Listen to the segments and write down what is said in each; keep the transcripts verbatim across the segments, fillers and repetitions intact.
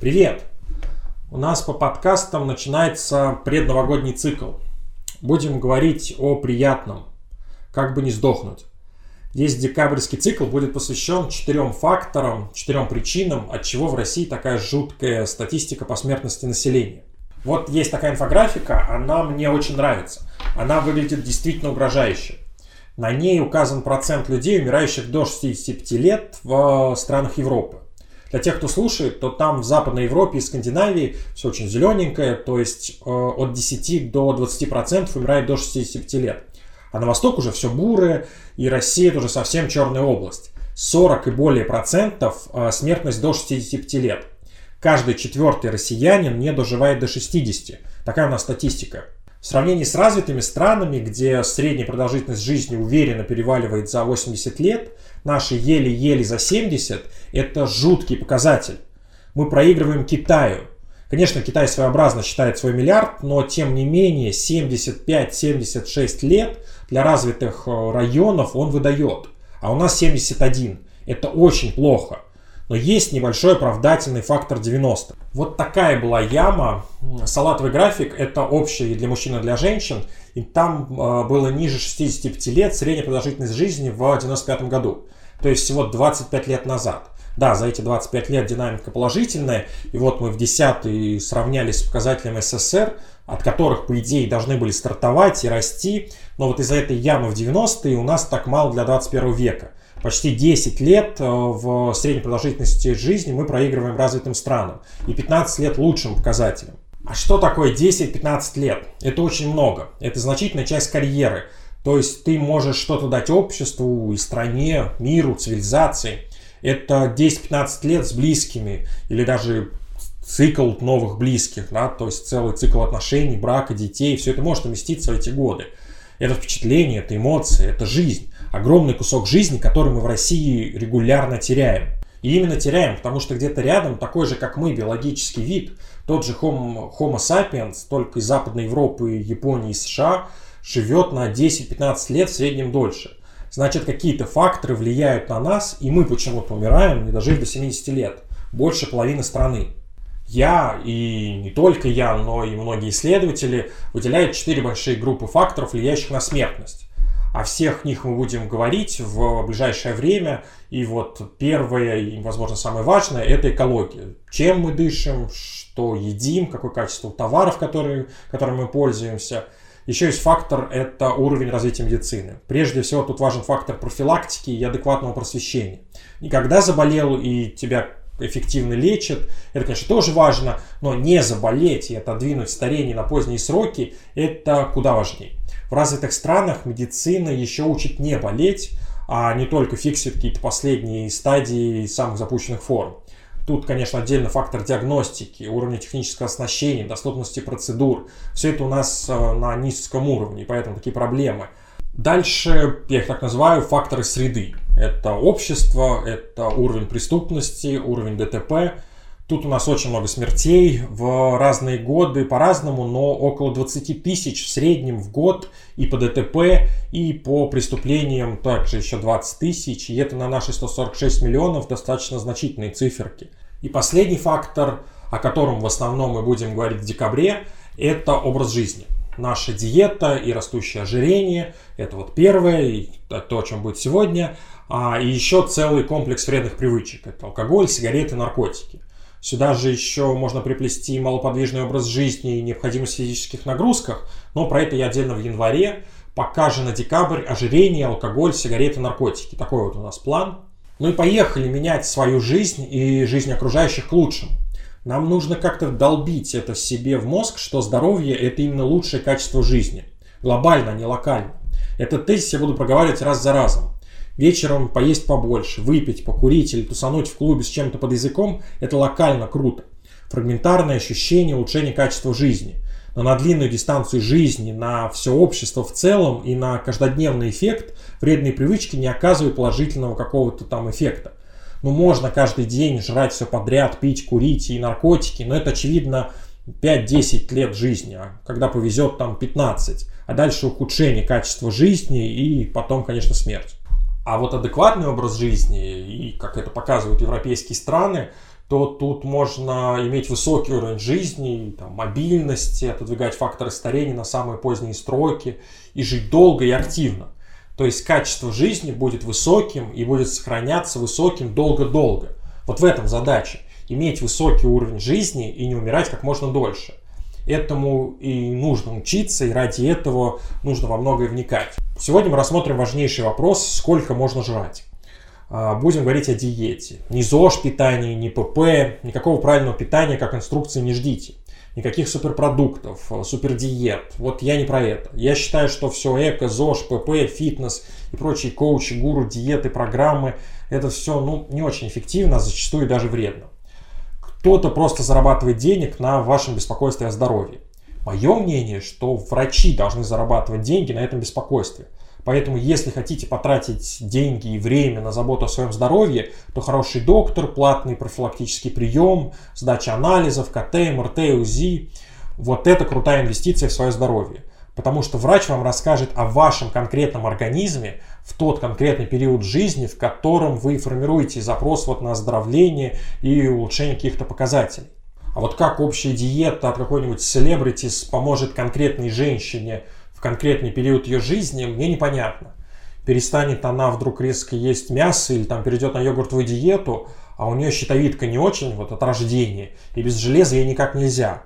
Привет! У нас по подкастам начинается предновогодний цикл. Будем говорить о приятном, как бы не сдохнуть. Весь декабрьский цикл будет посвящен четырем факторам, четырем причинам, от чего в России такая жуткая статистика по смертности населения. Вот есть такая инфографика, она мне очень нравится. Она выглядит действительно угрожающе. На ней указан процент людей, умирающих до шестидесяти пяти лет в странах Европы. Для тех, кто слушает, то там в Западной Европе и Скандинавии все очень зелененькое, то есть э, от десяти до двадцати процентов умирает до шестидесяти пяти лет. А на восток уже все бурое, и Россия это уже совсем черная область. сорок и более процентов э, смертность до шестидесяти пяти лет. Каждый четвертый россиянин не доживает до шестидесяти. Такая у нас статистика. В сравнении с развитыми странами, где средняя продолжительность жизни уверенно переваливает за восемьдесят лет, наши еле-еле за семьдесят, это жуткий показатель. Мы проигрываем Китаю. Конечно, Китай своеобразно считает свой миллиард, но тем не менее семьдесят пять - семьдесят шесть лет для развитых районов он выдает. А у нас семьдесят один. Это очень плохо. Но есть небольшой оправдательный фактор девяносто. Вот такая была яма. Салатовый график — это общий для мужчин и для женщин. И там э, было ниже шестидесяти пяти лет средняя продолжительность жизни в девяносто пятом году. То есть всего двадцать пять лет назад. Да, за эти двадцать пять лет динамика положительная. И вот мы в десятый сравнялись с показателем СССР, от которых, по идее, должны были стартовать и расти. Но вот из-за этой ямы в девяностые у нас так мало для двадцать первого века. Почти десять лет в средней продолжительности жизни мы проигрываем развитым странам. И пятнадцать лет лучшим показателем. А что такое десять-пятнадцать лет? Это очень много. Это значительная часть карьеры. То есть ты можешь что-то дать обществу и стране, миру, цивилизации. Это десять-пятнадцать лет с близкими. Или даже цикл новых близких. Да? То есть целый цикл отношений, брака, детей. Все это может уместиться в эти годы. Это впечатление, это эмоции, это жизнь. Огромный кусок жизни, который мы в России регулярно теряем. И именно теряем, потому что где-то рядом такой же, как мы, биологический вид, тот же Homo, Homo sapiens, только из Западной Европы, Японии и США, живет на десять-пятнадцать лет в среднем дольше. Значит, какие-то факторы влияют на нас, и мы почему-то умираем, не дожив до семидесяти лет. Больше половины страны. Я, и не только я, но и многие исследователи выделяют четыре большие группы факторов, влияющих на смертность. О всех них мы будем говорить в ближайшее время. И вот первое и, возможно, самое важное – это экология. Чем мы дышим, что едим, какое качество товаров, которые, которыми мы пользуемся. Еще есть фактор – это уровень развития медицины. Прежде всего тут важен фактор профилактики и адекватного просвещения. И когда заболел и тебя эффективно лечат, это, конечно, тоже важно, но не заболеть и отодвинуть старение на поздние сроки – это куда важнее. В развитых странах медицина еще учит не болеть, а не только фиксит какие-то последние стадии самых запущенных форм. Тут, конечно, отдельно фактор диагностики, уровня технического оснащения, доступности процедур. Все это у нас на низком уровне, поэтому такие проблемы. Дальше, я их так называю, факторы среды. Это общество, это уровень преступности, уровень ДТП. Тут у нас очень много смертей в разные годы по-разному, но около двадцати тысяч в среднем в год и по ДТП, и по преступлениям также еще двадцать тысяч. И это на наши сто сорок шесть миллионов достаточно значительные циферки. И последний фактор, о котором в основном мы будем говорить в декабре, это образ жизни. Наша диета и растущее ожирение – это вот первое, и то, о чем будет сегодня. А, и еще целый комплекс вредных привычек – это алкоголь, сигареты, наркотики. Сюда же еще можно приплести малоподвижный образ жизни и необходимость в физических нагрузках, но про это я отдельно в январе. Пока же на декабрь ожирение, алкоголь, сигареты, наркотики. Такой вот у нас план. Ну и поехали менять свою жизнь и жизнь окружающих к лучшему. Нам нужно как-то долбить это себе в мозг, что здоровье – это именно лучшее качество жизни. Глобально, а не локально. Этот тезис я буду проговаривать раз за разом. Вечером поесть побольше, выпить, покурить или тусануть в клубе с чем-то под языком – это локально круто. Фрагментарное ощущение улучшения качества жизни. Но на длинную дистанцию жизни, на все общество в целом и на каждодневный эффект вредные привычки не оказывают положительного какого-то там эффекта. Ну, можно каждый день жрать все подряд, пить, курить и наркотики, но это, очевидно, пять-десять лет жизни, а когда повезет, там пятнадцать. А дальше ухудшение качества жизни и потом, конечно, смерть. А вот адекватный образ жизни, и как это показывают европейские страны, то тут можно иметь высокий уровень жизни, там, мобильности, отодвигать факторы старения на самые поздние сроки и жить долго и активно. То есть качество жизни будет высоким и будет сохраняться высоким долго-долго. Вот в этом задача. Иметь высокий уровень жизни и не умирать как можно дольше. Этому и нужно учиться, и ради этого нужно во многое вникать. Сегодня мы рассмотрим важнейший вопрос, сколько можно жрать. Будем говорить о диете. Ни ЗОЖ питания, ни ПП, никакого правильного питания как инструкции не ждите. Никаких суперпродуктов, супердиет. Вот я не про это. Я считаю, что все эко, ЗОЖ, ПП, фитнес и прочие коучи, гуру, диеты, программы, это все ну, не очень эффективно, а зачастую даже вредно. Кто-то просто зарабатывает денег на вашем беспокойстве о здоровье. Мое мнение, что врачи должны зарабатывать деньги на этом беспокойстве. Поэтому, если хотите потратить деньги и время на заботу о своем здоровье, то хороший доктор, платный профилактический прием, сдача анализов, КТ, МРТ, УЗИ – вот это крутая инвестиция в свое здоровье. Потому что врач вам расскажет о вашем конкретном организме в тот конкретный период жизни, в котором вы формируете запрос вот на оздоровление и улучшение каких-то показателей. А вот как общая диета от какой-нибудь селебритис поможет конкретной женщине в конкретный период ее жизни, мне непонятно. Перестанет она вдруг резко есть мясо или там перейдет на йогуртовую диету, а у нее щитовидка не очень вот от рождения, и без железа ей никак нельзя.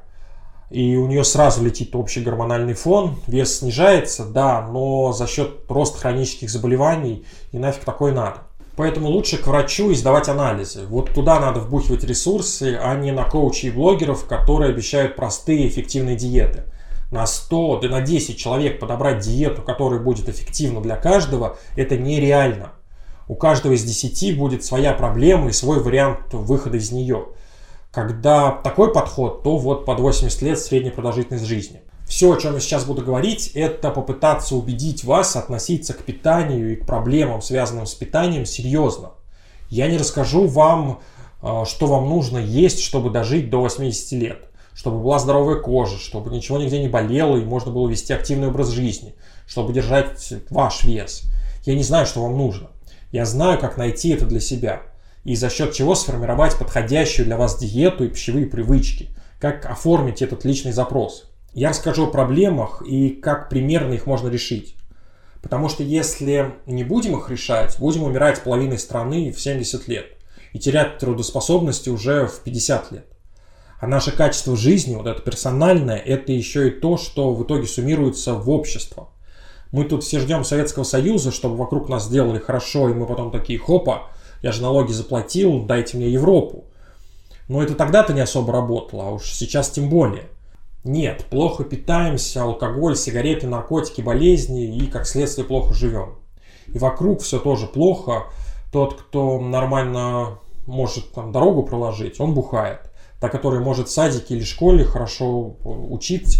И у нее сразу летит общий гормональный фон, вес снижается, да, но за счет роста хронических заболеваний, и нафиг такое надо. Поэтому лучше к врачу и сдавать анализы. Вот туда надо вбухивать ресурсы, а не на коучей и блогеров, которые обещают простые эффективные диеты. На сто, да на десять человек подобрать диету, которая будет эффективна для каждого, это нереально. У каждого из десяти будет своя проблема и свой вариант выхода из нее. Когда такой подход, то вот под восемьдесят лет средняя продолжительность жизни. Все, о чем я сейчас буду говорить, это попытаться убедить вас относиться к питанию и к проблемам, связанным с питанием, серьезно. Я не расскажу вам, что вам нужно есть, чтобы дожить до восьмидесяти лет. Чтобы была здоровая кожа, чтобы ничего нигде не болело и можно было вести активный образ жизни, чтобы держать ваш вес. Я не знаю, что вам нужно. Я знаю, как найти это для себя. И за счет чего сформировать подходящую для вас диету и пищевые привычки. Как оформить этот личный запрос. Я расскажу о проблемах и как примерно их можно решить. Потому что если не будем их решать, будем умирать половиной страны в семьдесят лет. И терять трудоспособности уже в пятьдесят лет. А наше качество жизни, вот это персональное, это еще и то, что в итоге суммируется в общество. Мы тут все ждем Советского Союза, чтобы вокруг нас сделали хорошо, и мы потом такие, хопа, я же налоги заплатил, дайте мне Европу. Но это тогда-то не особо работало, а уж сейчас тем более. Нет, плохо питаемся, алкоголь, сигареты, наркотики, болезни и, как следствие, плохо живем. И вокруг все тоже плохо. Тот, кто нормально может там дорогу проложить, он бухает. Та, которая может в садике или школе хорошо учить,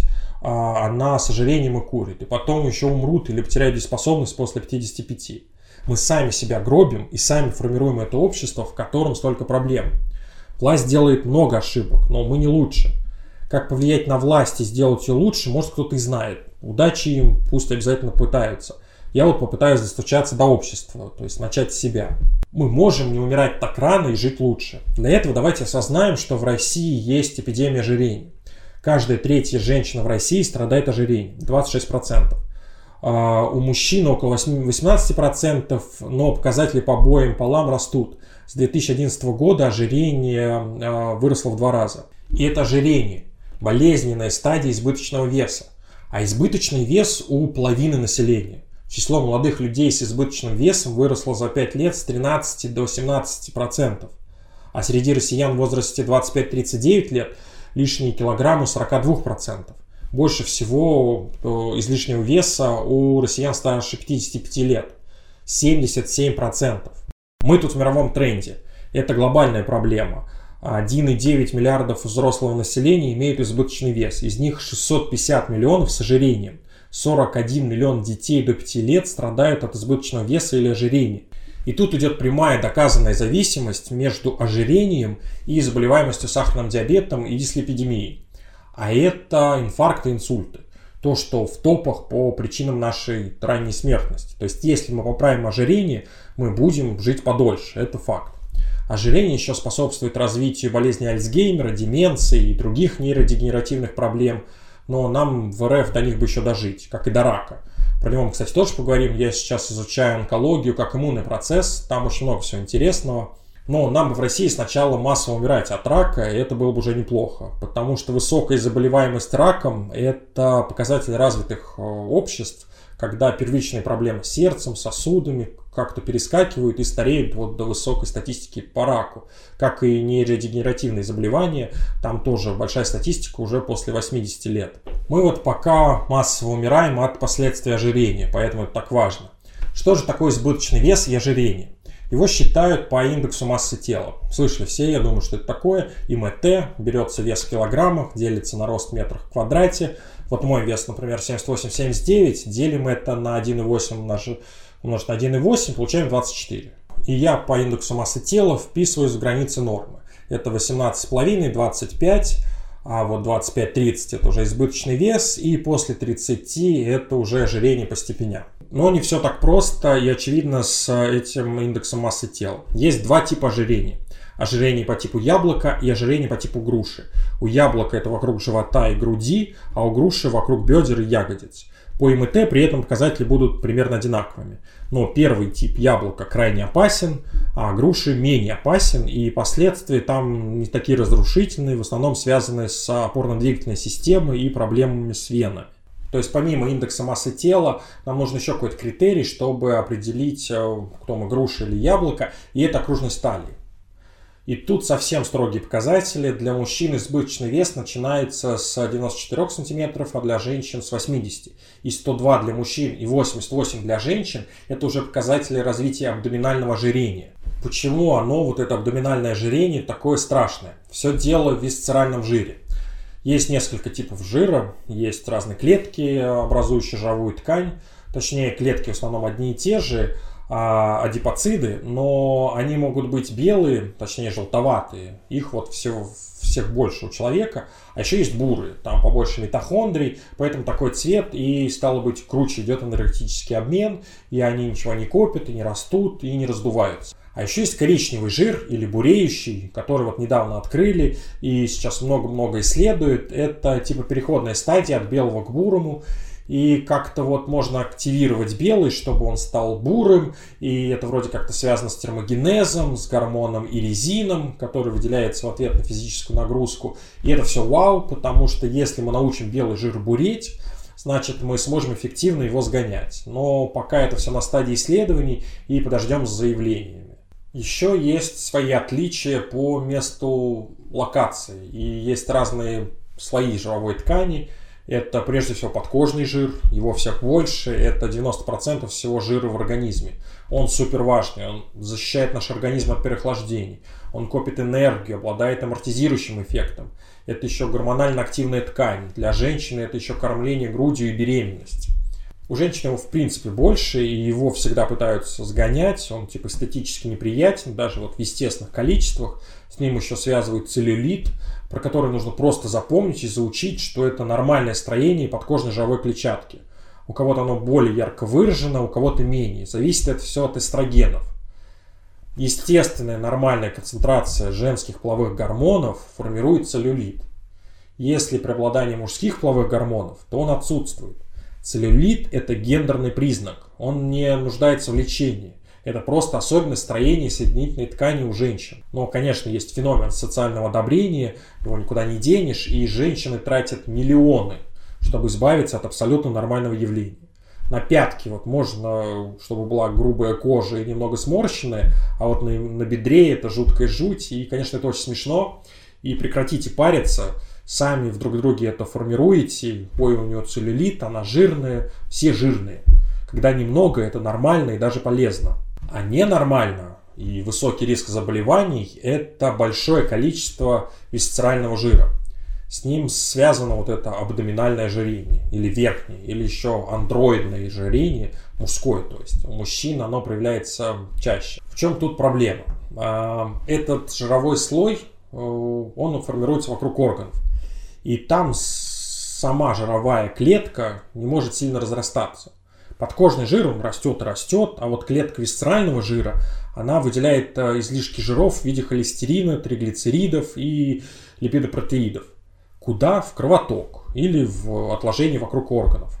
она с ожирением и курит. И потом еще умрут или потеряют дееспособность после пятидесяти пяти. Мы сами себя гробим и сами формируем это общество, в котором столько проблем. Власть делает много ошибок, но мы не лучше. Как повлиять на власть и сделать ее лучше, может кто-то и знает. Удачи им, пусть обязательно пытаются. Я вот попытаюсь достучаться до общества, то есть начать с себя. Мы можем не умирать так рано и жить лучше. Для этого давайте осознаем, что в России есть эпидемия ожирения. Каждая третья женщина в России страдает ожирением, двадцать шесть процентов. А у мужчин около восемнадцать процентов, но показатели по обоим полам растут. С две тысячи одиннадцатого года ожирение выросло в два раза. И это ожирение. Болезненная стадия избыточного веса. А избыточный вес у половины населения. Число молодых людей с избыточным весом выросло за пять лет с тринадцати до семнадцати процентов. А среди россиян в возрасте двадцать пять - тридцать девять лет лишние килограммы у сорока двух процентов. Больше всего излишнего веса у россиян старше пятидесяти пяти лет. семьдесят семь процентов. Мы тут в мировом тренде. Это глобальная проблема. один и девять миллиардов взрослого населения имеют избыточный вес. Из них шестьсот пятьдесят миллионов с ожирением. сорок один миллион детей до пяти лет страдают от избыточного веса или ожирения. И тут идет прямая доказанная зависимость между ожирением и заболеваемостью сахарным диабетом и дислепидемией. А это инфаркты и инсульты. То, что в топах по причинам нашей ранней смертности. То есть, если мы поправим ожирение, мы будем жить подольше. Это факт. Ожирение еще способствует развитию болезни Альцгеймера, деменции и других нейродегенеративных проблем, но нам в РФ до них бы еще дожить, как и до рака. Про него мы, кстати, тоже поговорим. Я сейчас изучаю онкологию как иммунный процесс, там очень много всего интересного. Но нам бы в России сначала массово умирать от рака, и это было бы уже неплохо, потому что высокая заболеваемость раком – это показатель развитых обществ, когда первичные проблемы с сердцем, сосудами как-то перескакивают и стареют вот до высокой статистики по раку. Как и нейродегенеративные заболевания, там тоже большая статистика уже после восьмидесяти лет. Мы вот пока массово умираем от последствий ожирения, поэтому это так важно. Что же такое избыточный вес и ожирение? Его считают по индексу массы тела. Слышали все, я думаю, что это такое. ИМТ, берется вес в килограммах, делится на рост в метрах в квадрате. Вот мой вес, например, семьдесят восемь семьдесят девять, делим это на один и восемь умножить на один и восемь, получаем двадцать четыре. И я по индексу массы тела вписываюсь в границы нормы. Это восемнадцать и пять, двадцать пять, а вот двадцать пять тридцать это уже избыточный вес, и после тридцати это уже ожирение по степеням. Но не все так просто и очевидно с этим индексом массы тела. Есть два типа ожирения. Ожирение по типу яблока и ожирение по типу груши. У яблока это вокруг живота и груди, а у груши вокруг бедер и ягодиц. По ИМТ при этом показатели будут примерно одинаковыми. Но первый тип яблока крайне опасен, а груши менее опасен, и последствия там не такие разрушительные, в основном связаны с опорно-двигательной системой и проблемами с венами. То есть помимо индекса массы тела нам нужен еще какой-то критерий, чтобы определить, кто мы, груша или яблоко, и это окружность талии. И тут совсем строгие показатели. Для мужчин избыточный вес начинается с девяноста четырёх сантиметров, а для женщин с восьмидесяти. И сто два для мужчин и восемьдесят восемь для женщин – это уже показатели развития абдоминального ожирения. Почему оно, вот это абдоминальное ожирение, такое страшное? Все дело в висцеральном жире. Есть несколько типов жира, есть разные клетки, образующие жировую ткань. Точнее, клетки в основном одни и те же, адипоциды, но они могут быть белые, точнее желтоватые, их вот всего, всех больше у человека, а еще есть бурые, там побольше митохондрий, поэтому такой цвет, и стало быть круче идет энергетический обмен, и они ничего не копят, и не растут, и не раздуваются. А еще есть коричневый жир или буреющий, который вот недавно открыли и сейчас много-много исследуют. Это типа переходная стадия от белого к бурому. И как-то вот можно активировать белый, чтобы он стал бурым. И это вроде как-то связано с термогенезом, с гормоном иризином, который выделяется в ответ на физическую нагрузку. И это все вау, потому что если мы научим белый жир буреть, значит мы сможем эффективно его сгонять. Но пока это все на стадии исследований, и подождем с заявлениями. Еще есть свои отличия по месту локации. И есть разные слои жировой ткани. Это прежде всего подкожный жир, его всех больше, это девяносто процентов всего жира в организме. Он супер важный, он защищает наш организм от переохлаждений, он копит энергию, обладает амортизирующим эффектом. Это еще гормонально активная ткань, для женщины это еще кормление грудью и беременность. У женщин его в принципе больше, и его всегда пытаются сгонять, он типа эстетически неприятен, даже вот в естественных количествах. С ним еще связывают целлюлит, про который нужно просто запомнить и заучить, что это нормальное строение подкожной жировой клетчатки. У кого-то оно более ярко выражено, у кого-то менее. Зависит это все от эстрогенов. Естественная нормальная концентрация женских половых гормонов формирует целлюлит. Если преобладание мужских половых гормонов, то он отсутствует. Целлюлит – это гендерный признак, он не нуждается в лечении. Это просто особенность строения соединительной ткани у женщин. Но, конечно, есть феномен социального одобрения, его никуда не денешь, и женщины тратят миллионы, чтобы избавиться от абсолютно нормального явления. На пятки вот можно, чтобы была грубая кожа и немного сморщенная, а вот на, на бедре это жуткая жуть, и, конечно, это очень смешно. И прекратите париться. Сами в друг друге это формируете. Ой, у нее целлюлит, она жирная, все жирные. Когда немного, это нормально и даже полезно. А ненормально и высокий риск заболеваний – это большое количество висцерального жира. С ним связано вот это абдоминальное ожирение, или верхнее, или еще андроидное ожирение, мужское, то есть у мужчин оно проявляется чаще. В чем тут проблема? Этот жировой слой, он формируется вокруг органов. И там сама жировая клетка не может сильно разрастаться. Подкожный жир, он растет и растет, а вот клетка висцерального жира, она выделяет излишки жиров в виде холестерина, триглицеридов и липидопротеидов. Куда? В кровоток или в отложение вокруг органов.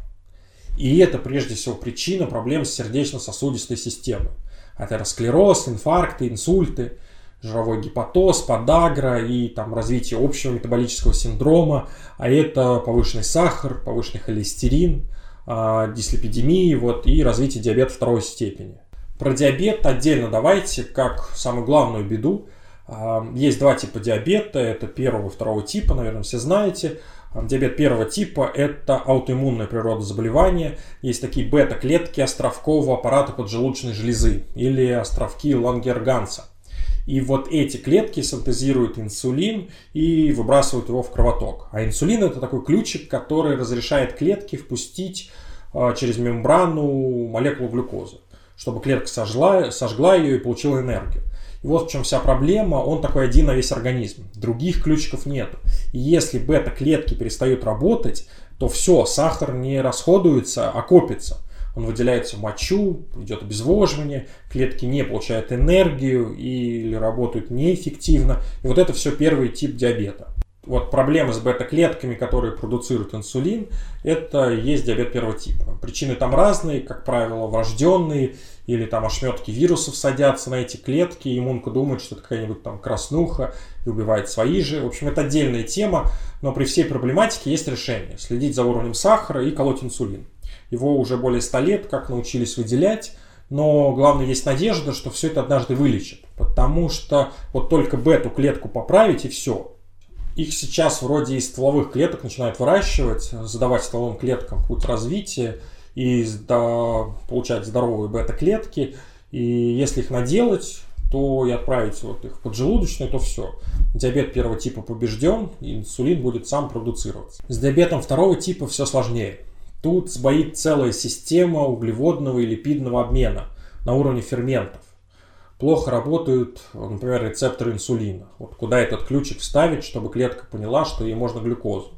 И это прежде всего причина проблем с сердечно-сосудистой системой. Атеросклероз, инфаркты, инсульты, жировой гепатоз, подагра и там, развитие общего метаболического синдрома. А это повышенный сахар, повышенный холестерин, дислипидемии вот, и развитие диабета второй степени. Про диабет отдельно давайте, как самую главную беду. Есть два типа диабета, это первого и второго типа, наверное, все знаете. Диабет первого типа – это аутоиммунная природа заболевания. Есть такие бета-клетки островкового аппарата поджелудочной железы или островки Лангерганса. И вот эти клетки синтезируют инсулин и выбрасывают его в кровоток. А инсулин – это такой ключик, который разрешает клетке впустить э, через мембрану молекулу глюкозы, чтобы клетка сожгла, сожгла ее и получила энергию. И вот в чем вся проблема, он такой один на весь организм. Других ключиков нет. И если бета-клетки перестают работать, то все, сахар не расходуется, а копится. Он выделяется в мочу, идет обезвоживание, клетки не получают энергию или работают неэффективно. И вот это все первый тип диабета. Вот проблемы с бета-клетками, которые продуцируют инсулин, это есть диабет первого типа. Причины там разные, как правило, врожденные, или там ошметки вирусов садятся на эти клетки, и иммунка думает, что это какая-нибудь там краснуха и убивает свои же. В общем, это отдельная тема, но при всей проблематике есть решение. Следить за уровнем сахара и колоть инсулин. Его уже более ста лет как научились выделять, но главное, есть надежда, что все это однажды вылечит, потому что вот только бету-клетку поправить и все. Их сейчас вроде из стволовых клеток начинают выращивать, задавать стволовым клеткам путь развития и получать здоровые бета-клетки. И если их наделать, то и отправить вот их в поджелудочную, то все. Диабет первого типа побежден, и инсулин будет сам продуцироваться. С диабетом второго типа все сложнее. Тут сбоит целая система углеводного и липидного обмена на уровне ферментов. Плохо работают, например, рецепторы инсулина. Вот куда этот ключик вставить, чтобы клетка поняла, что ей можно глюкозу.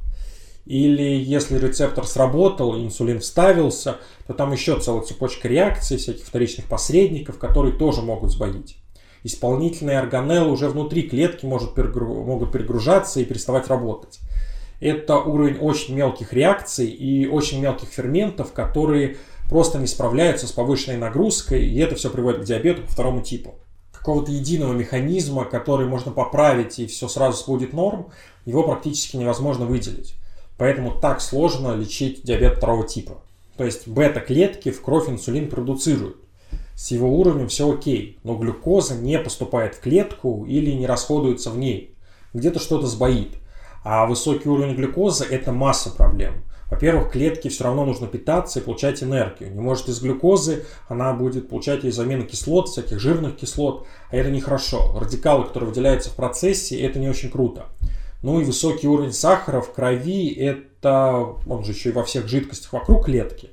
Или если рецептор сработал и инсулин вставился, то там еще целая цепочка реакций, всяких вторичных посредников, которые тоже могут сбоить. Исполнительные органеллы уже внутри клетки может перегру... могут перегружаться и переставать работать. Это уровень очень мелких реакций и очень мелких ферментов, которые просто не справляются с повышенной нагрузкой, и это все приводит к диабету по второму типу. Какого-то единого механизма, который можно поправить и все сразу будет норм, его практически невозможно выделить. Поэтому так сложно лечить диабет второго типа. То есть бета-клетки в кровь инсулин продуцируют. С его уровнем все окей, но глюкоза не поступает в клетку или не расходуется в ней. Где-то что-то сбоит. А высокий уровень глюкозы – это масса проблем. Во-первых, клетке все равно нужно питаться и получать энергию. Не может из глюкозы, она будет получать из замены кислот, всяких жирных кислот, а это нехорошо. Радикалы, которые выделяются в процессе, это не очень круто. Ну и высокий уровень сахара в крови, это, он же еще и во всех жидкостях вокруг клетки,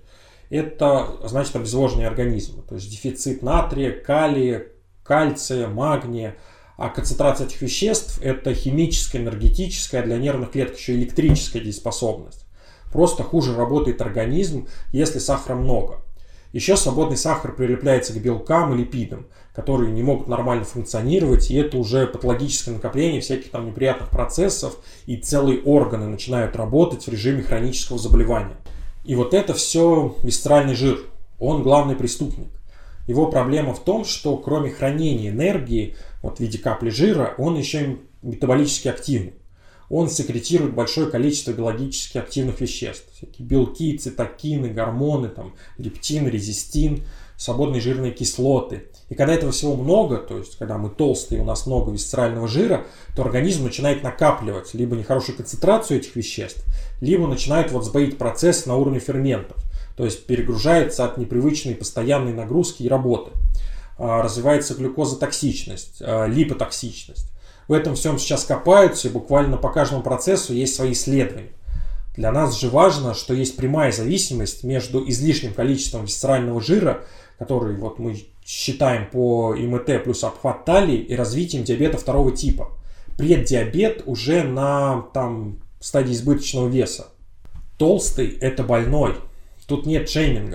это значит обезвоживание организма. То есть дефицит натрия, калия, кальция, магния. А концентрация этих веществ – это химическая, энергетическая, для нервных клеток еще электрическая дееспособность. Просто хуже работает организм, если сахара много. Еще свободный сахар прилепляется к белкам и липидам, которые не могут нормально функционировать, и это уже патологическое накопление всяких там неприятных процессов, и целые органы начинают работать в режиме хронического заболевания. И вот это все висцеральный жир, он главный преступник. Его проблема в том, что кроме хранения энергии, вот в виде капли жира, он еще и метаболически активный. Он секретирует большое количество биологически активных веществ. Всякие белки, цитокины, гормоны, там, лептин, резистин, свободные жирные кислоты. И когда этого всего много, то есть когда мы толстые, у нас много висцерального жира, то организм начинает накапливать либо нехорошую концентрацию этих веществ, либо начинает вот сбоить процесс на уровне ферментов. То есть перегружается от непривычной постоянной нагрузки и работы. Развивается глюкозотоксичность, липотоксичность. В этом всем сейчас копаются, и буквально по каждому процессу есть свои исследования. Для нас же важно, что есть прямая зависимость между излишним количеством висцерального жира, который вот мы считаем по ИМТ плюс обхват талии, и развитием диабета второго типа. Преддиабет уже на там, стадии избыточного веса. Толстый – это больной. Тут нет шейминга.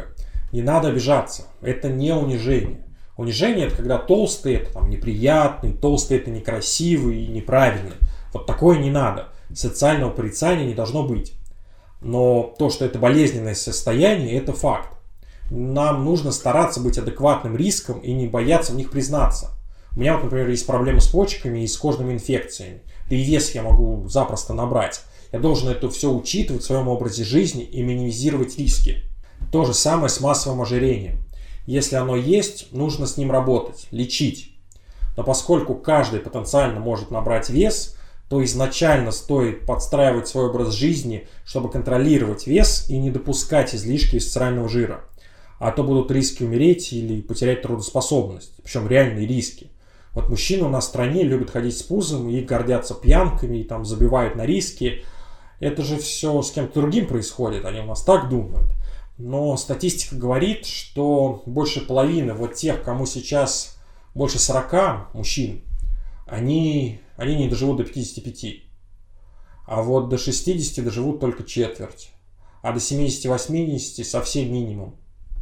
Не надо обижаться, это не унижение. Унижение — это когда толстый — это там неприятный, толстый — это некрасивый и неправильный. Вот такое не надо. Социального порицания не должно быть. Но то, что это болезненное состояние, это факт. Нам нужно стараться быть адекватным риском и не бояться в них признаться. У меня вот, например, есть проблемы с почками и с кожными инфекциями. Да и вес я могу запросто набрать. Я должен это все учитывать в своем образе жизни и минимизировать риски. То же самое с массовым ожирением. Если оно есть, нужно с ним работать, лечить. Но поскольку каждый потенциально может набрать вес, то изначально стоит подстраивать свой образ жизни, чтобы контролировать вес и не допускать излишки висцерального жира. А то будут риски умереть или потерять трудоспособность, причем реальные риски. Вот мужчины у нас в стране любят ходить с пузом и гордятся пьянками, и там забивают на риски. Это же все с кем-то другим происходит, они у нас так думают. Но статистика говорит, что больше половины вот тех, кому сейчас больше сорока мужчин, они, они не доживут до пятидесяти пяти. А вот до шестидесяти доживут только четверть. А до семидесяти-восьмидесяти совсем минимум.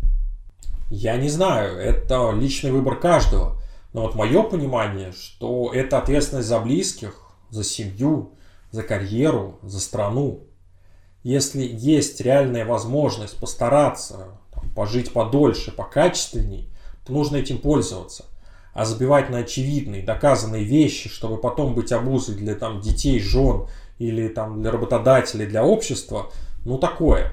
Я не знаю, это личный выбор каждого. Но вот мое понимание, что это ответственность за близких, за семью, за карьеру, за страну. Если есть реальная возможность постараться, там, пожить подольше, покачественней, то нужно этим пользоваться. А забивать на очевидные, доказанные вещи, чтобы потом быть обузой для там, детей, жен или там, для работодателей, для общества, ну такое.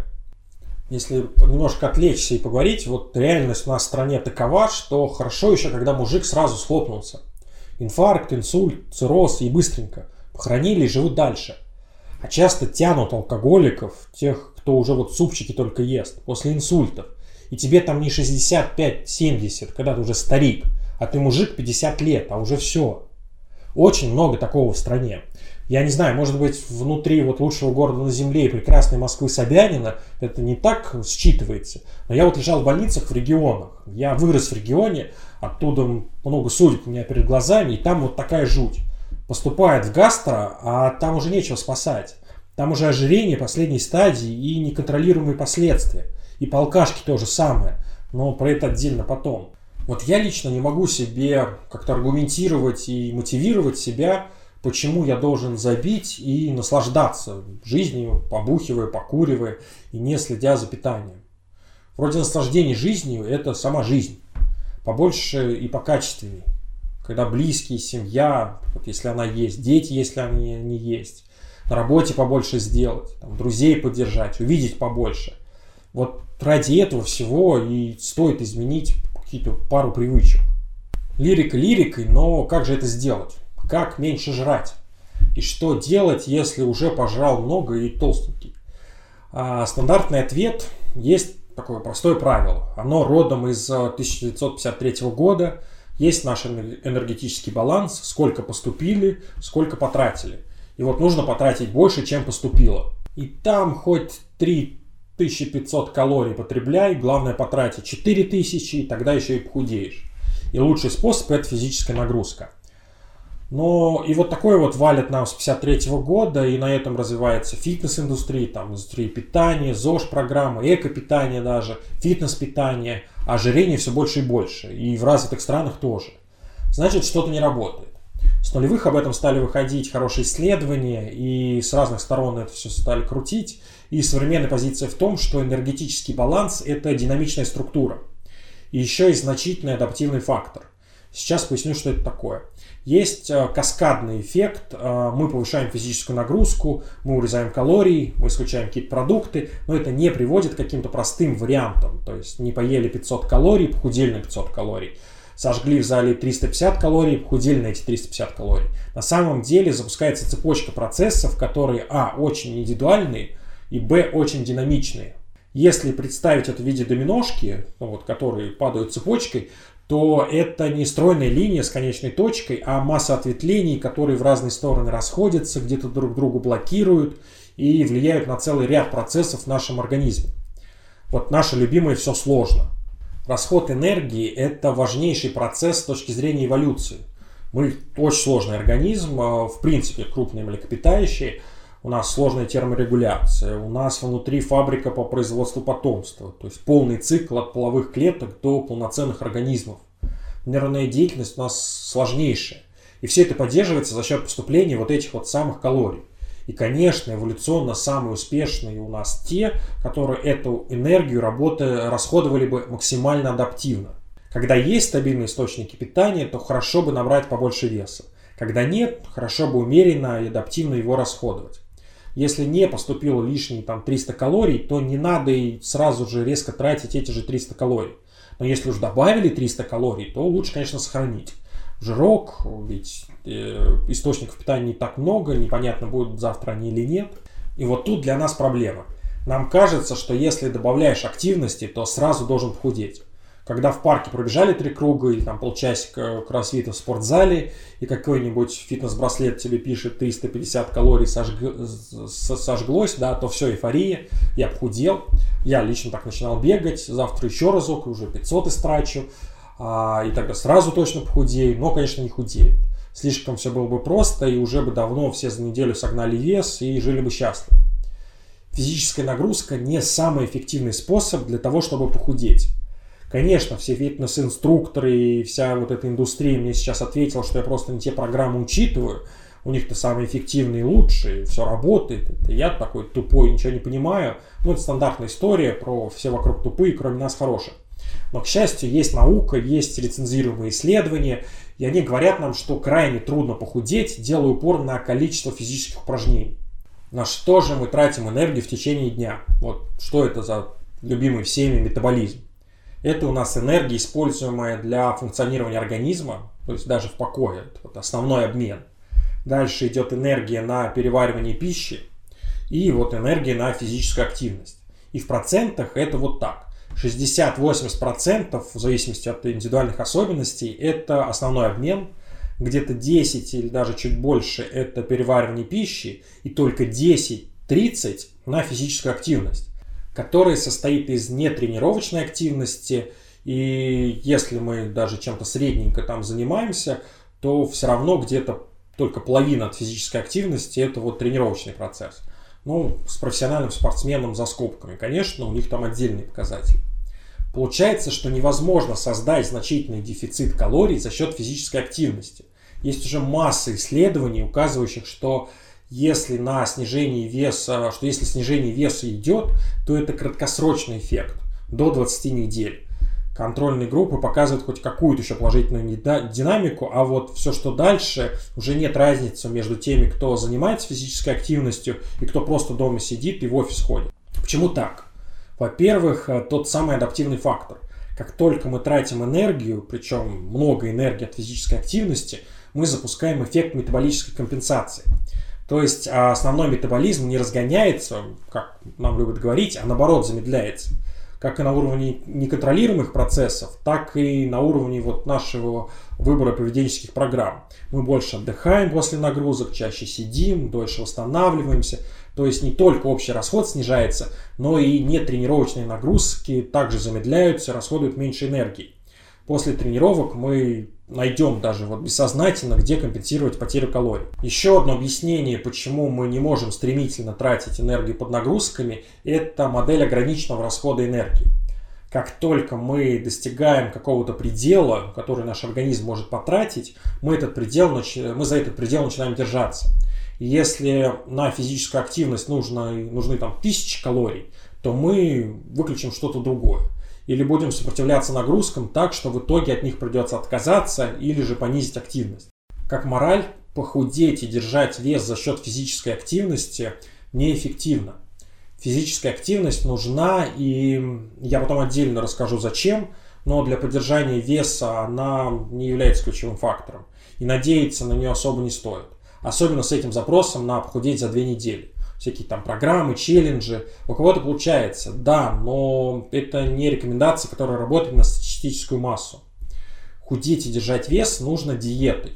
Если немножко отвлечься и поговорить, вот реальность у нас в стране такова, что хорошо еще, когда мужик сразу схлопнулся. Инфаркт, инсульт, цирроз и быстренько. Похоронили и живут дальше. А часто тянут алкоголиков, тех, кто уже вот супчики только ест, после инсультов. И тебе там не шестьдесят пять семьдесят, когда ты уже старик, а ты мужик пятьдесят лет, а уже все. Очень много такого в стране. Я не знаю, может быть, внутри вот лучшего города на земле и прекрасной Москвы Собянина это не так считывается. Но я вот лежал в больницах в регионах. Я вырос в регионе, оттуда много судеб у меня перед глазами, и там вот такая жуть. Поступает в гастро, а там уже нечего спасать. Там уже ожирение последней стадии и неконтролируемые последствия. И по алкашке то же самое, но про это отдельно потом. Вот я лично не могу себе как-то аргументировать и мотивировать себя, почему я должен забить и наслаждаться жизнью, побухивая, покуривая и не следя за питанием. Вроде наслаждение жизнью – это сама жизнь. Побольше и покачественней. Когда близкие, семья, вот если она есть, дети, если они не есть, на работе побольше сделать, там, друзей поддержать, увидеть побольше. Вот ради этого всего и стоит изменить какие-то пару привычек. Лирика лирикой, но как же это сделать? Как меньше жрать? И что делать, если уже пожрал много и толстенький? А стандартный ответ есть такое простое правило. Оно родом из тысяча девятьсот пятьдесят третьего года. Есть наш энергетический баланс, сколько поступили, сколько потратили. И вот нужно потратить больше, чем поступило. И там хоть три тысячи пятьсот калорий потребляй, главное потратить четыре тысячи, и тогда еще и похудеешь. И лучший способ – это физическая нагрузка. Но и вот такое вот валят нам с пятьдесят третьего года, и на этом развивается фитнес-индустрия, там индустрия питания, ЗОЖ-программы, эко-питание даже, фитнес-питание, а ожирение все больше и больше, и в развитых странах тоже. Значит, что-то не работает. С нулевых об этом стали выходить хорошие исследования, и с разных сторон это все стали крутить, и современная позиция в том, что энергетический баланс – это динамичная структура, и еще есть значительный адаптивный фактор. Сейчас поясню, что это такое. Есть каскадный эффект, мы повышаем физическую нагрузку, мы урезаем калории, мы исключаем какие-то продукты, но это не приводит к каким-то простым вариантам. То есть не поели пятьсот калорий, похудели на пятьсот калорий. Сожгли в зале триста пятьдесят калорий, похудели на эти триста пятьдесят калорий. На самом деле запускается цепочка процессов, которые а. очень индивидуальные и б. очень динамичные. Если представить это в виде доминошки, ну вот, которые падают цепочкой, то это не стройная линия с конечной точкой, а масса ответвлений, которые в разные стороны расходятся, где-то друг другу блокируют и влияют на целый ряд процессов в нашем организме. Вот наше любимое «все сложно». Расход энергии – это важнейший процесс с точки зрения эволюции. Мы очень сложный организм, в принципе крупные млекопитающие. у нас сложная терморегуляция, у нас внутри фабрика по производству потомства, то есть полный цикл от половых клеток до полноценных организмов. Нервная деятельность у нас сложнейшая. И все это поддерживается за счет поступления вот этих вот самых калорий. И, конечно, эволюционно самые успешные у нас те, которые эту энергию работы расходовали бы максимально адаптивно. Когда есть стабильные источники питания, то хорошо бы набрать побольше веса. Когда нет, хорошо бы умеренно и адаптивно его расходовать. Если не поступило лишние там триста калорий, то не надо и сразу же резко тратить эти же триста калорий. Но если уж добавили триста калорий, то лучше, конечно, сохранить. Жирок, ведь э, источников питания не так много, непонятно, будут завтра они или нет. И вот тут для нас проблема. Нам кажется, что если добавляешь активности, то сразу должен похудеть. Когда в парке пробежали три круга или там полчасика кроссфита в спортзале, и какой-нибудь фитнес-браслет тебе пишет триста пятьдесят калорий сожг... сожглось, да, то все, эйфория, я похудел. Я лично так начинал бегать, завтра еще разок, уже пятьсот истрачу, а, и тогда сразу точно похудею, но, конечно, не худеет. Слишком все было бы просто, и уже бы давно все за неделю согнали вес и жили бы счастливо. Физическая нагрузка не самый эффективный способ для того, чтобы похудеть. Конечно, все фитнес-инструкторы и вся вот эта индустрия мне сейчас ответила, что я просто не те программы учитываю. У них-то самые эффективные и лучшие, все работает. Это я такой тупой, ничего не понимаю. Ну, это стандартная история про все вокруг тупые, кроме нас хороших. Но, к счастью, есть наука, есть рецензируемые исследования, и они говорят нам, что крайне трудно похудеть, делая упор на количество физических упражнений. На что же мы тратим энергию в течение дня? Вот что это за любимый всеми метаболизм? Это у нас энергия, используемая для функционирования организма, то есть даже в покое, это вот основной обмен. Дальше идет энергия на переваривание пищи и вот энергия на физическую активность. И в процентах это вот так. шестьдесят-восемьдесят процентов в зависимости от индивидуальных особенностей это основной обмен, где-то десять или даже чуть больше это переваривание пищи и только десять-тридцать на физическую активность, которая состоит из нетренировочной активности, и если мы даже чем-то средненько там занимаемся, то все равно где-то только половина от физической активности это вот тренировочный процесс. Ну, с профессиональным спортсменом за скобками, конечно, у них там отдельные показатели. Получается, что невозможно создать значительный дефицит калорий за счет физической активности. Есть уже масса исследований, указывающих, что если на снижение веса, что если снижение веса идет, то это краткосрочный эффект до двадцати недель. Контрольные группы показывают хоть какую-то еще положительную динамику, а вот все, что дальше, уже нет разницы между теми, кто занимается физической активностью и кто просто дома сидит и в офис ходит. Почему так? Во-первых, тот самый адаптивный фактор. Как только мы тратим энергию, причем много энергии от физической активности, мы запускаем эффект метаболической компенсации. То есть основной метаболизм не разгоняется, как нам любят говорить, а наоборот замедляется. Как и на уровне неконтролируемых процессов, так и на уровне вот нашего выбора поведенческих программ. Мы больше отдыхаем после нагрузок, чаще сидим, дольше восстанавливаемся. То есть не только общий расход снижается, но и нетренировочные нагрузки также замедляются, расходуют меньше энергии. После тренировок мы найдем даже вот бессознательно, где компенсировать потерю калорий. Еще одно объяснение, почему мы не можем стремительно тратить энергию под нагрузками, это модель ограниченного расхода энергии. Как только мы достигаем какого-то предела, который наш организм может потратить, мы, этот предел, мы за этот предел начинаем держаться. И если на физическую активность нужно, нужны там тысячи калорий, то мы выключим что-то другое. Или будем сопротивляться нагрузкам так, что в итоге от них придется отказаться или же понизить активность. Как мораль, похудеть и держать вес за счет физической активности неэффективно. Физическая активность нужна, и я потом отдельно расскажу зачем, но для поддержания веса она не является ключевым фактором. И надеяться на нее особо не стоит. Особенно с этим запросом на похудеть за две недели. Всякие там программы, челленджи. У кого-то получается, да, но это не рекомендации, которые работают на статистическую массу. Худеть и держать вес нужно диетой.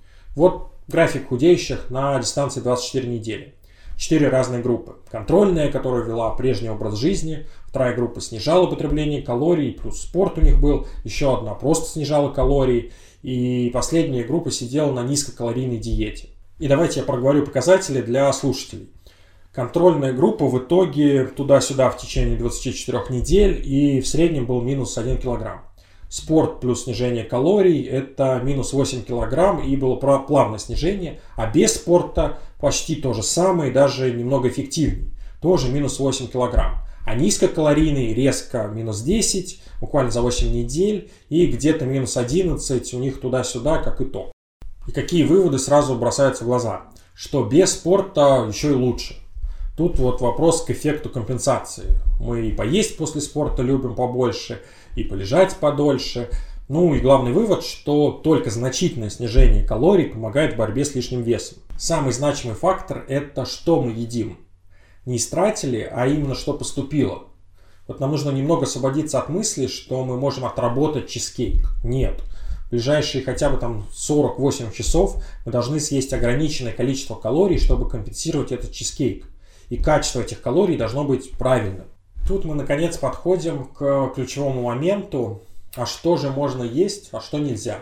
Вот график худеющих на дистанции двадцать четыре недели. Четыре разные группы. Контрольная, которая вела прежний образ жизни. Вторая группа снижала употребление калорий, плюс спорт у них был. Еще одна просто снижала калории. И последняя группа сидела на низкокалорийной диете. И давайте я проговорю показатели для слушателей. Контрольная группа в итоге туда-сюда в течение двадцати четырёх недель, и в среднем был минус один килограмм. Спорт плюс снижение калорий – это минус восемь килограмм, и было плавное снижение. А без спорта почти то же самое, даже немного эффективнее. Тоже минус восемь килограмм. А низкокалорийный резко минус десять, буквально за восемь недель, и где-то минус одиннадцать у них туда-сюда, как итог. И какие выводы сразу бросаются в глаза? Что без спорта еще и лучше. Тут вот вопрос к эффекту компенсации. Мы и поесть после спорта любим побольше, и полежать подольше. Ну и главный вывод, что только значительное снижение калорий помогает в борьбе с лишним весом. Самый значимый фактор – это что мы едим. Не истратили, а именно что поступило. Вот нам нужно немного освободиться от мысли, что мы можем отработать чизкейк. Нет. В ближайшие хотя бы там сорок восемь часов мы должны съесть ограниченное количество калорий, чтобы компенсировать этот чизкейк. И качество этих калорий должно быть правильным. Тут мы наконец подходим к ключевому моменту. А что же можно есть, а что нельзя?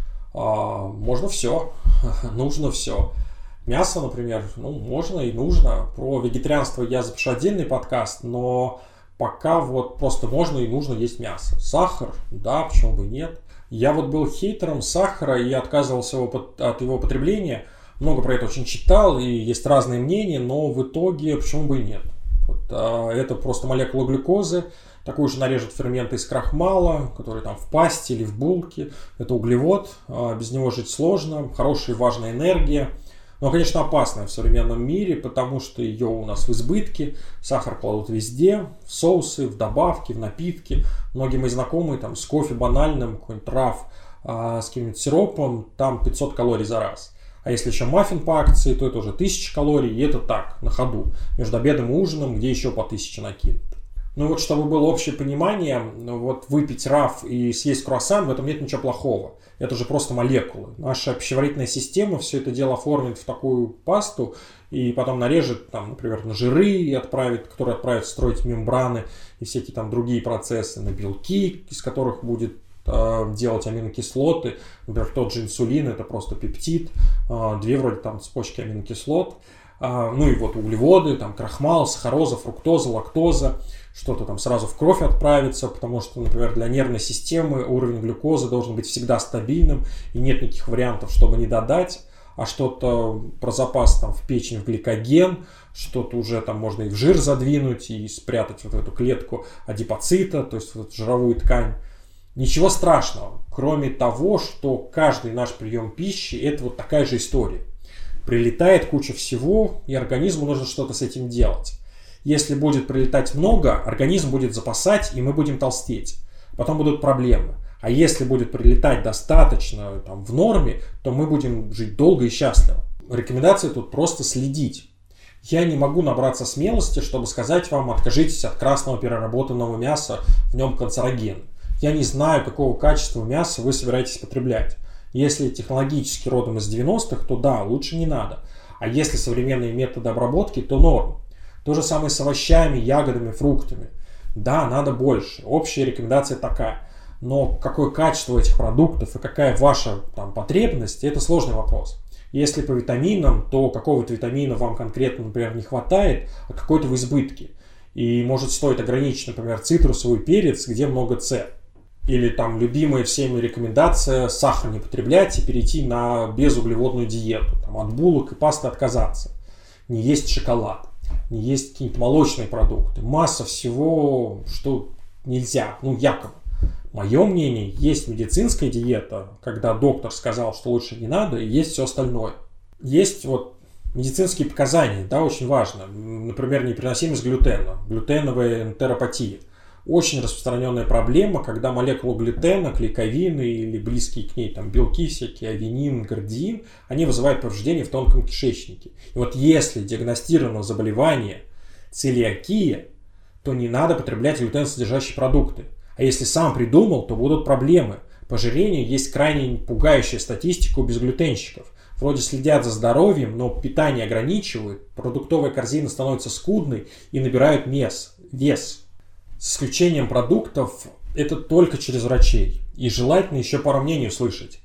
А, можно все, нужно все. Мясо, например, ну, можно и нужно. Про вегетарианство я запишу отдельный подкаст, но пока вот просто можно и нужно есть мясо. Сахар, да, почему бы и нет. Я вот был хейтером сахара и отказывался от его потребления. Много про это очень читал, и есть разные мнения, но в итоге почему бы и нет. Вот, а, это просто молекула глюкозы, такую же нарежут ферменты из крахмала, который там в пасте или в булке. Это углевод, а, без него жить сложно, хорошая и важная энергия. Но, конечно, опасная в современном мире, потому что ее у нас в избытке. Сахар кладут везде, в соусы, в добавки, в напитки. Многие мои знакомые там, с кофе банальным, какой-нибудь раф, а, с каким-нибудь сиропом, там пятьсот калорий за раз. А если еще маффин по акции, то это уже тысяча калорий, и это так, на ходу. Между обедом и ужином, где еще по тысяче накинут. Ну вот, чтобы было общее понимание, вот выпить раф и съесть круассан, в этом нет ничего плохого. Это же просто молекулы. Наша пищеварительная система все это дело оформит в такую пасту, и потом нарежет, там, например, на жиры, и отправит, которые отправят строить мембраны и всякие там другие процессы, на белки, из которых будет делать аминокислоты, например, тот же инсулин, это просто пептид, две вроде там цепочки аминокислот, ну и вот углеводы, там крахмал, сахароза, фруктоза, лактоза, что-то там сразу в кровь отправится, потому что, например, для нервной системы уровень глюкозы должен быть всегда стабильным, и нет никаких вариантов, чтобы не додать, а что-то про запас там в печень, в гликоген, что-то уже там можно и в жир задвинуть, и спрятать вот эту клетку адипоцита, то есть вот жировую ткань. Ничего страшного, кроме того, что каждый наш прием пищи – это вот такая же история. Прилетает куча всего, и организму нужно что-то с этим делать. Если будет прилетать много, организм будет запасать, и мы будем толстеть. Потом будут проблемы. А если будет прилетать достаточно там, в норме, то мы будем жить долго и счастливо. Рекомендация тут просто следить. Я не могу набраться смелости, чтобы сказать вам, откажитесь от красного переработанного мяса, в нем канцерогены. Я не знаю, какого качества мяса вы собираетесь потреблять. Если технологически родом из девяностых, то да, лучше не надо. А если современные методы обработки, то норм. То же самое с овощами, ягодами, фруктами. Да, надо больше. Общая рекомендация такая. Но какое качество этих продуктов и какая ваша там, потребность, это сложный вопрос. Если по витаминам, то какого-то витамина вам конкретно, например, не хватает, а какой-то в избытке. И может стоит ограничить, например, цитрусовый перец, где много С. Или там любимая всеми рекомендация сахар не потреблять и перейти на безуглеводную диету. Там, от булок и пасты отказаться. Не есть шоколад, не есть какие-то молочные продукты. Масса всего, что нельзя, ну якобы. Мое мнение, есть медицинская диета, когда доктор сказал, что лучше не надо, и есть все остальное. Есть вот медицинские показания, да, очень важно. Например, непереносимость глютена, глютеновая энтеропатия. Очень распространенная проблема, когда молекулу глютена, клейковины или близкие к ней там, белки всякие, авенин, гордиин, они вызывают повреждения в тонком кишечнике. И вот если диагностировано заболевание целиакия, то не надо потреблять глютенсодержащие продукты. А если сам придумал, то будут проблемы. По ожирению есть крайне пугающая статистика у безглютенщиков. Вроде следят за здоровьем, но питание ограничивают, продуктовая корзина становится скудной и набирают вес. вес. С исключением продуктов, это только через врачей. И желательно еще пару мнений услышать.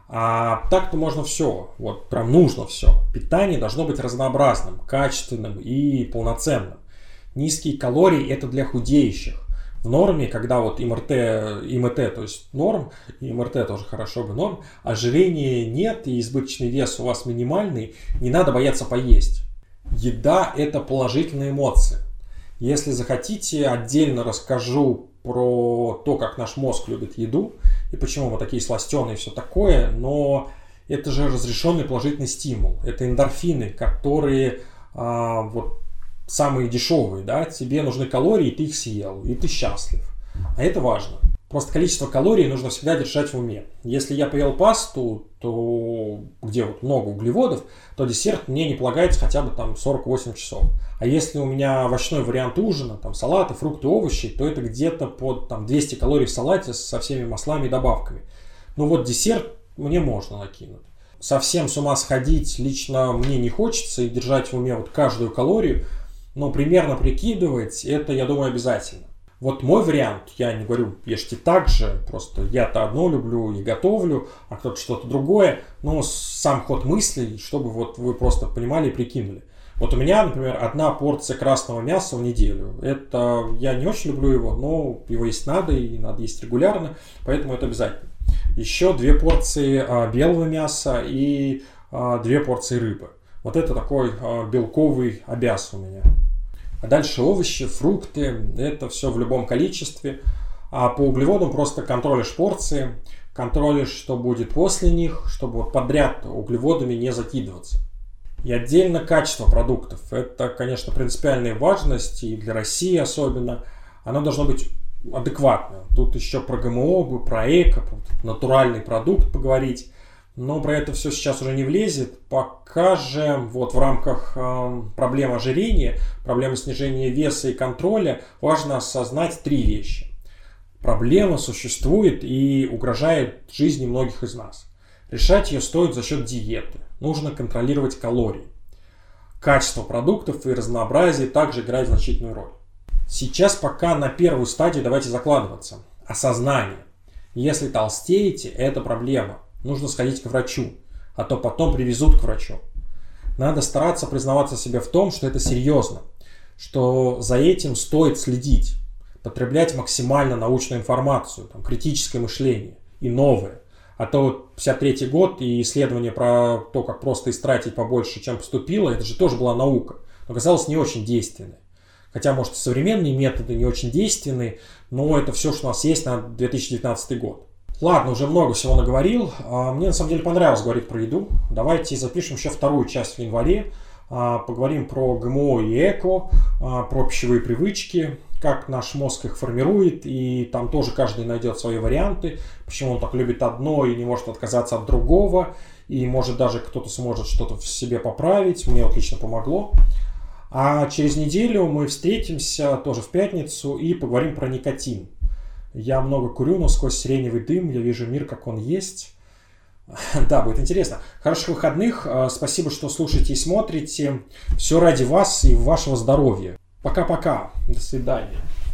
А так-то можно все, вот прям нужно все. Питание должно быть разнообразным, качественным и полноценным. Низкие калории – это для худеющих. В норме, когда вот МРТ, ИМТ, то есть норм, и МРТ тоже хорошо бы норм, ожирения нет и избыточный вес у вас минимальный, не надо бояться поесть. Еда – это положительные эмоции. Если захотите, отдельно расскажу про то, как наш мозг любит еду и почему мы такие сластеные и все такое, но это же разрешенный положительный стимул. Это эндорфины, которые а, вот самые дешевые, да, тебе нужны калории, и ты их съел, и ты счастлив. А это важно. Просто количество калорий нужно всегда держать в уме. Если я поел пасту, то где вот много углеводов, то десерт мне не полагается хотя бы там сорок восемь часов. А если у меня овощной вариант ужина, там салаты, фрукты, овощи, то это где-то под там, двести калорий в салате со всеми маслами и добавками. Ну вот десерт мне можно накинуть. Совсем с ума сходить лично мне не хочется и держать в уме вот каждую калорию, но примерно прикидывать это, я думаю, обязательно. Вот мой вариант, я не говорю, ешьте так же, просто я-то одно люблю и готовлю, а кто-то что-то другое, но сам ход мыслей, чтобы вот вы просто понимали и прикинули. Вот у меня, например, одна порция красного мяса в неделю. Это я не очень люблю его, но его есть надо и надо есть регулярно, поэтому это обязательно. Еще две порции а, белого мяса и а, две порции рыбы. Вот это такой а, белковый обяз у меня. А дальше овощи, фрукты, это все в любом количестве. А по углеводам просто контролишь порции, контролишь, что будет после них, чтобы вот подряд углеводами не закидываться. И отдельно качество продуктов. Это, конечно, принципиальная важность, и для России особенно. Оно должно быть адекватным. Тут еще про ГМО, про эко, про натуральный продукт поговорить. Но про это все сейчас уже не влезет. Пока же вот в рамках э, проблемы ожирения, проблемы снижения веса и контроля важно осознать три вещи. Проблема существует и угрожает жизни многих из нас. Решать ее стоит за счет диеты. Нужно контролировать калории. Качество продуктов и разнообразие также играет значительную роль. Сейчас пока на первую стадию давайте закладываться. Осознание. Если толстеете, это проблема. Нужно сходить к врачу, а то потом привезут к врачу. Надо стараться признаваться себе в том, что это серьезно, что за этим стоит следить, потреблять максимально научную информацию, там, критическое мышление и новое. А то вот пятьдесят третий год и исследование про то, как просто истратить побольше, чем поступило, это же тоже была наука, но оказалось не очень действенной. Хотя, может, и современные методы не очень действенные, но это все, что у нас есть на две тысячи девятнадцатый год. Ладно, уже много всего наговорил. Мне на самом деле понравилось говорить про еду. Давайте запишем еще вторую часть в январе. Поговорим про ГМО и эко, про пищевые привычки, как наш мозг их формирует. И там тоже каждый найдет свои варианты. Почему он так любит одно и не может отказаться от другого. И может даже кто-то сможет что-то в себе поправить. Мне вот лично помогло. А через неделю мы встретимся тоже в пятницу и поговорим про никотин. Я много курю, но сквозь сиреневый дым я вижу мир, как он есть. Да, будет интересно. Хороших выходных. Спасибо, что слушаете и смотрите. Все ради вас и вашего здоровья. Пока-пока. До свидания.